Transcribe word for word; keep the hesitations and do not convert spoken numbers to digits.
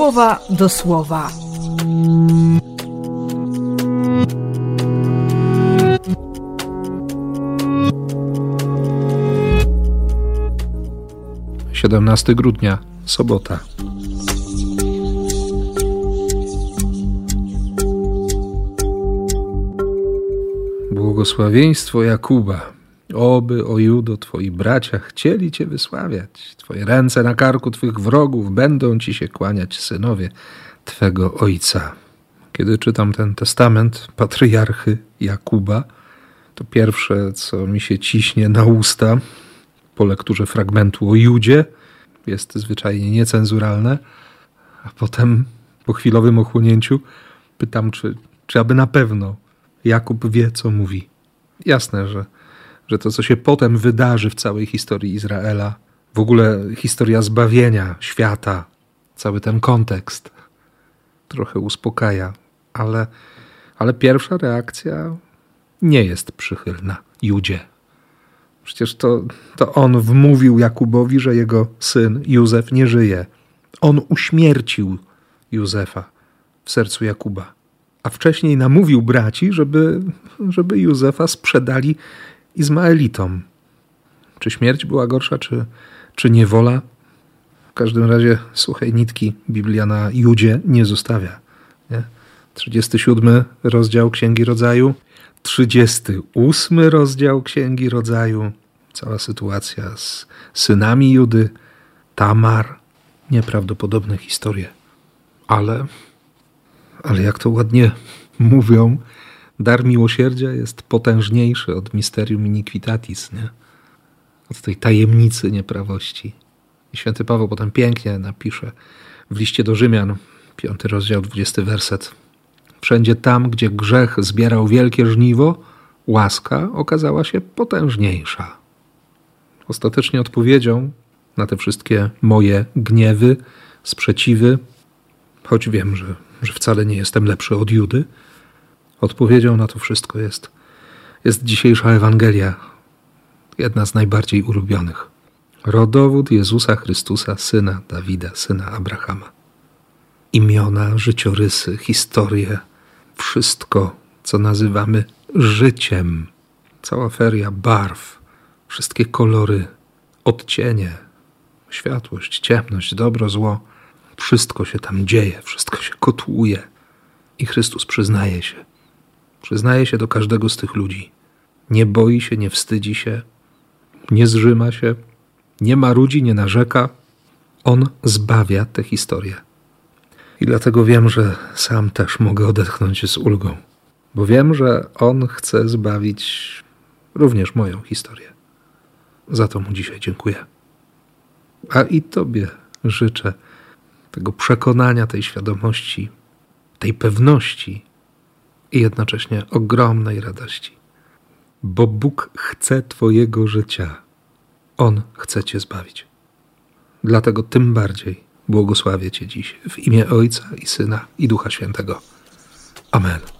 słowa do słowa. siedemnastego grudnia, sobota. Błogosławieństwo Jakuba. Oby, o Judo, twoi bracia chcieli cię wysławiać. Twoje ręce na karku twych wrogów, będą ci się kłaniać synowie twego ojca. Kiedy czytam ten testament patriarchy Jakuba, to pierwsze, co mi się ciśnie na usta po lekturze fragmentu o Judzie, jest zwyczajnie niecenzuralne, a potem po chwilowym ochłonięciu pytam, czy, czy aby na pewno Jakub wie, co mówi. Jasne, że, że to, co się potem wydarzy w całej historii Izraela, w ogóle historia zbawienia świata, cały ten kontekst trochę uspokaja, ale, ale pierwsza reakcja nie jest przychylna Judzie. Przecież to, to on wmówił Jakubowi, że jego syn Józef nie żyje. On uśmiercił Józefa w sercu Jakuba. A wcześniej namówił braci, żeby, żeby Józefa sprzedali Izmaelitom. Czy śmierć była gorsza, czy, czy niewola? W każdym razie suchej nitki Biblia na Judzie nie zostawia. Nie? trzydziesty siódmy rozdział Księgi Rodzaju, trzydziesty ósmy rozdział Księgi Rodzaju, cała sytuacja z synami Judy, Tamar, nieprawdopodobne historie. Ale, ale jak to ładnie mówią, dar miłosierdzia jest potężniejszy od mysterium iniquitatis, nie? Od tej tajemnicy nieprawości. I święty Paweł potem pięknie napisze w liście do Rzymian, piąty rozdział, dwudziesty werset. Wszędzie tam, gdzie grzech zbierał wielkie żniwo, łaska okazała się potężniejsza. Ostatecznie odpowiedzią na te wszystkie moje gniewy, sprzeciwy, choć wiem, że, że wcale nie jestem lepszy od Judy, odpowiedzią na to wszystko jest, jest dzisiejsza Ewangelia, jedna z najbardziej ulubionych. Rodowód Jezusa Chrystusa, syna Dawida, syna Abrahama. Imiona, życiorysy, historie, wszystko, co nazywamy życiem. Cała feria barw, wszystkie kolory, odcienie, światłość, ciemność, dobro, zło. Wszystko się tam dzieje, wszystko się kotłuje. I Chrystus przyznaje się. Przyznaje się do każdego z tych ludzi. Nie boi się, nie wstydzi się, nie zżyma się, nie marudzi, nie narzeka. On zbawia tę historię. I dlatego wiem, że sam też mogę odetchnąć z ulgą. Bo wiem, że On chce zbawić również moją historię. Za to Mu dzisiaj dziękuję. A i Tobie życzę tego przekonania, tej świadomości, tej pewności i jednocześnie ogromnej radości. Bo Bóg chce Twojego życia. On chce Cię zbawić. Dlatego tym bardziej błogosławię Cię dziś w imię Ojca i Syna i Ducha Świętego. Amen.